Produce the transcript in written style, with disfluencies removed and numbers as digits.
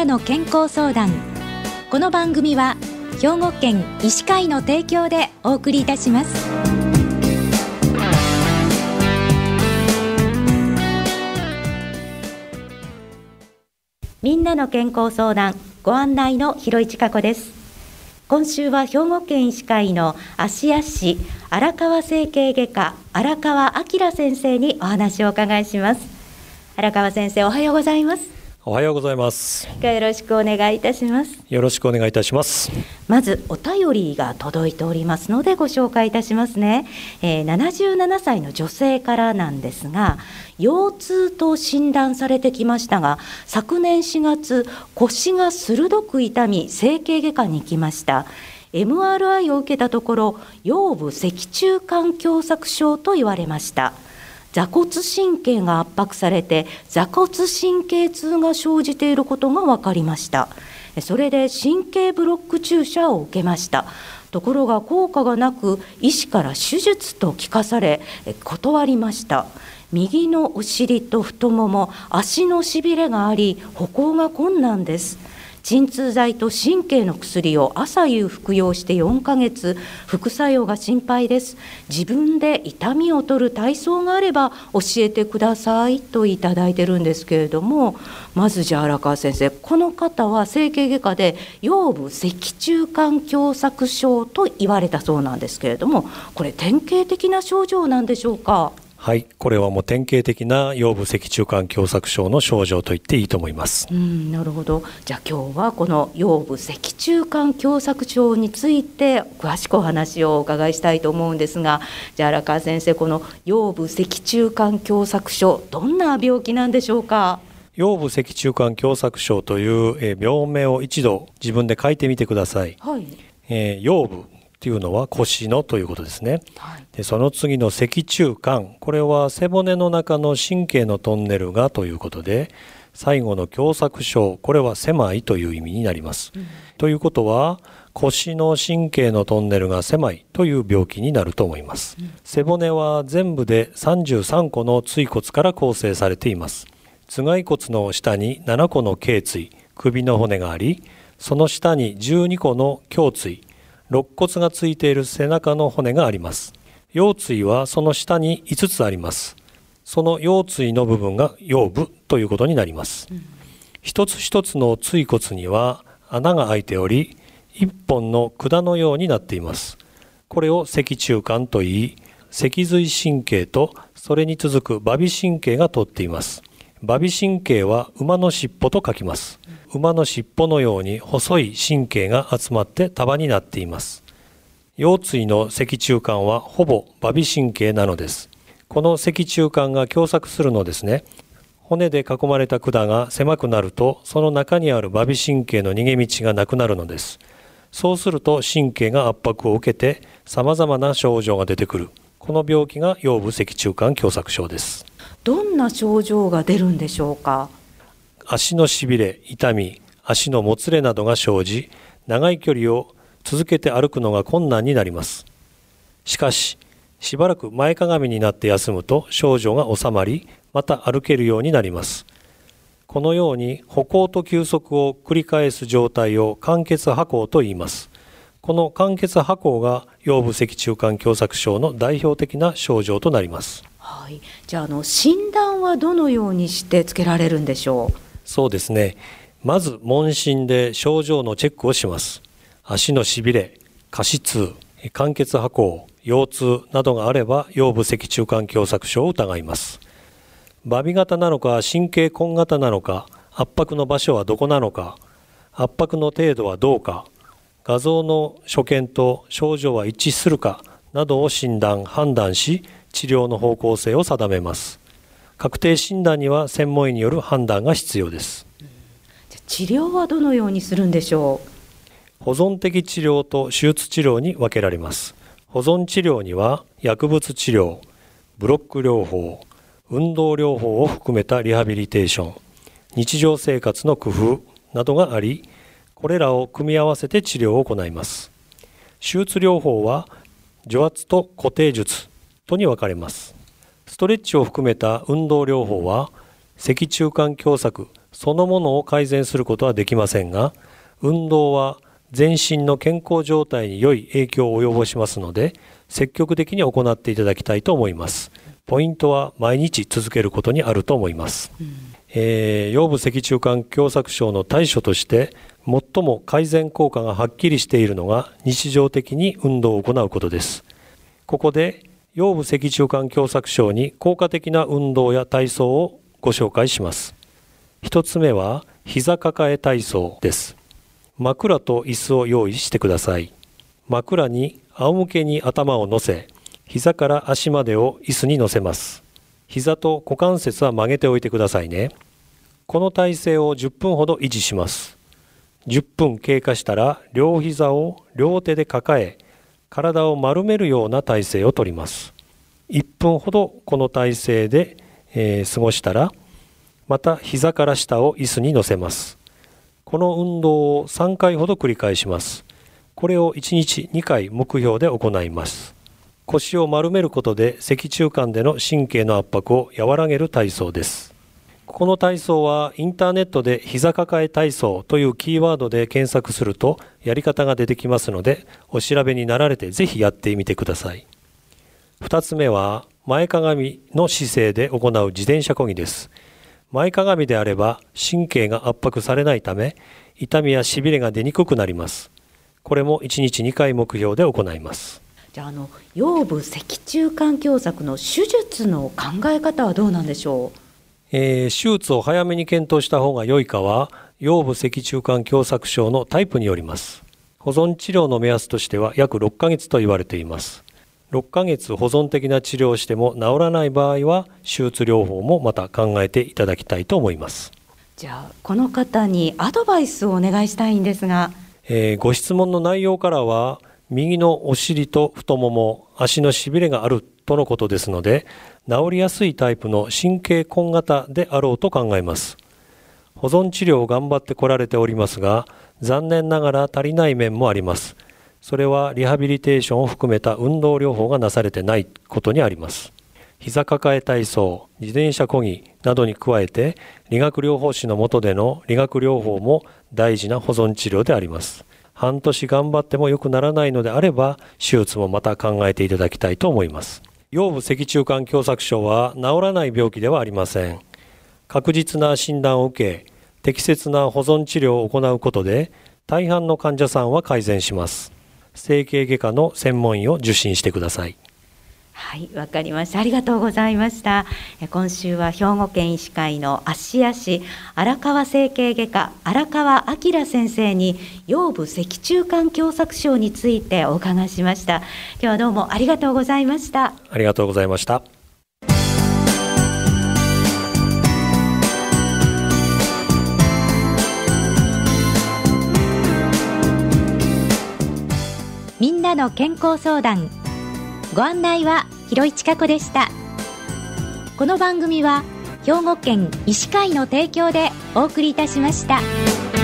の健康相談。この番組は兵庫県医師会の提供でお送りいたします。みんなの健康相談、ご案内の広市加子です。今週は兵庫県医師会の芦屋市荒川整形外科荒川明先生にお話をお伺いします。荒川先生、おはようございます。 おはようございます。 よろしくお願いいたします。 よろしくお願いいたします。 まずお便りが届いておりますのでご紹介いたしますね。77歳の女性からなんですが、腰痛と診断されてきましたが、昨年4月腰が鋭く痛み整形外科に行きました。 MRI を受けたところ腰部脊柱管狭窄症と言われました。座骨神経が圧迫されて座骨神経痛が生じていることが分かりました。それで神経ブロック注射を受けました。ところが効果がなく、医師から手術と聞かされ断りました。右のお尻と太もも、足のしびれがあり歩行が困難です。鎮痛剤と神経の薬を朝夕服用して4ヶ月、副作用が心配です。自分で痛みを取る体操があれば教えてくださいといただいてるんですけれども、まずじゃあ荒川先生、この方は整形外科で腰部脊柱管狭窄症と言われたそうなんですけれども、これ典型的な症状なんでしょうか？ はい、これはもう典型的な腰部脊柱管狭窄症の症状と言っていいと思います。 なるほど。じゃあ今日はこの腰部脊柱管狭窄症について詳しくお話をお伺いしたいと思うんですが、じゃあ荒川先生、この腰部脊柱管狭窄症、どんな病気なんでしょうか？ 腰部脊柱管狭窄症という病名を一度自分で書いてみてください。 はい。 腰部というのは腰のということですね。 はい。 でその次の脊柱管、これは背骨の中の神経のトンネルがということで、最後の狭窄症、これは狭いという意味になります。ということは腰の神経のトンネルが狭いという病気になると思います。背骨は全部で33個の椎骨から構成されています。頭蓋骨の下に7個の頸椎、首の骨があり、その下に12個の胸椎、肋骨がついている背中の骨があります。腰椎はその下に5つあります。その腰椎の部分が腰部ということになります。一つ一つの椎骨には穴が開いており、一本の管のようになっています。これを脊柱管といい、脊髄神経とそれに続く馬尾神経が通っています。馬尾神経は馬の尻尾と書きます。馬の尻尾のように細い神経が集まって束になっています。腰椎の脊柱管はほぼ馬尾神経なのです。この脊柱管が狭窄するのですね。骨で囲まれた管が狭くなると、その中にある馬尾神経の逃げ道がなくなるのです。そうすると神経が圧迫を受けて様々な症状が出てくる。この病気が腰部脊柱管狭窄症です。 どんな症状が出るんでしょうか？ 足のしびれ、痛み、足のもつれなどが生じ、長い距離を続けて歩くのが困難になります。しかし、しばらく前かがみになって休むと症状が治まり、また歩けるようになります。このように歩行と休息を繰り返す状態を間欠跛行と言います。この間欠跛行が腰部脊柱管狭窄症の代表的な症状となります。 はい。じゃあ診断はどのようにしてつけられるんでしょう？ そうですね。まず問診で症状のチェックをします。足のしびれ、下肢痛、間欠跛行、腰痛などがあれば腰部脊柱管狭窄症を疑います。馬尾型なのか神経根型なのか、圧迫の場所はどこなのか、圧迫の程度はどうか、画像の所見と症状は一致するかなどを診断・判断し、治療の方向性を定めます。確定診断には専門医による判断が必要です。 治療はどのようにするんでしょう？ 保存的治療と手術治療に分けられます。保存治療には薬物治療、ブロック療法、運動療法を含めたリハビリテーション、日常生活の工夫などがあり、これらを組み合わせて治療を行います。手術療法は除圧と固定術とに分かれます。ストレッチを含めた運動療法は脊柱管狭窄そのものを改善することはできませんが、運動は全身の健康状態に良い影響を及ぼしますので、積極的に行っていただきたいと思います。ポイントは毎日続けることにあると思います。腰部脊柱管狭窄症の対処として最も改善効果がはっきりしているのが日常的に運動を行うことです。ここで腰部脊柱管狭窄症に効果的な運動や体操をご紹介します。一つ目は膝抱え体操です。枕と椅子を用意してください。枕に仰向けに頭を乗せ、膝から足までを椅子に乗せます。膝と股関節は曲げておいてくださいね。この体勢を10分ほど維持します。10分経過したら両膝を両手で抱え、体を丸めるような体勢をとります。1分ほどこの体勢で、過ごしたら、また膝から下を椅子に乗せます。この運動を3回ほど繰り返します。これを1日2回目標で行います。腰を丸めることで脊柱管での神経の圧迫を和らげる体操です。この体操はインターネットで膝抱え体操というキーワードで検索するとやり方が出てきますので、お調べになられてぜひやってみてください。2つ目は前かがみの姿勢で行う自転車漕ぎです。前かがみであれば神経が圧迫されないため、痛みやしびれが出にくくなります。これも1日2回目標で行います。 じゃあ、腰部脊柱管狭窄の手術の考え方はどうなんでしょう。 手術を早めに検討した方が良いかは、腰部脊柱管狭窄症のタイプによります。保存治療の目安としては約6ヶ月と言われています。6ヶ月保存的な治療をしても治らない場合は、手術療法もまた考えていただきたいと思います。 じゃあ、この方にアドバイスをお願いしたいんですが、 ご質問の内容からは、右のお尻と太もも、足のしびれがあるとのことですので、治りやすいタイプの神経根型であろうと考えます。保存治療を頑張ってこられておりますが、残念ながら足りない面もあります。それはリハビリテーションを含めた運動療法がなされてないことにあります。膝抱え体操、自転車漕ぎなどに加えて、理学療法士の下での理学療法も大事な保存治療であります。半年頑張っても良くならないのであれば、手術もまた考えていただきたいと思います。腰部脊柱管狭窄症は治らない病気ではありません。確実な診断を受け、適切な保存治療を行うことで、大半の患者さんは改善します。整形外科の専門医を受診してください。 はい、わかりました。ありがとうございました。今週は兵庫県医師会の芦屋市荒川整形外科荒川明先生に腰部脊柱管狭窄症についてお伺いしました。今日はどうもありがとうございました。 ありがとうございました。 みんなの健康相談、ご案内は広市加子でした。この番組は兵庫県医師会の提供でお送りいたしました。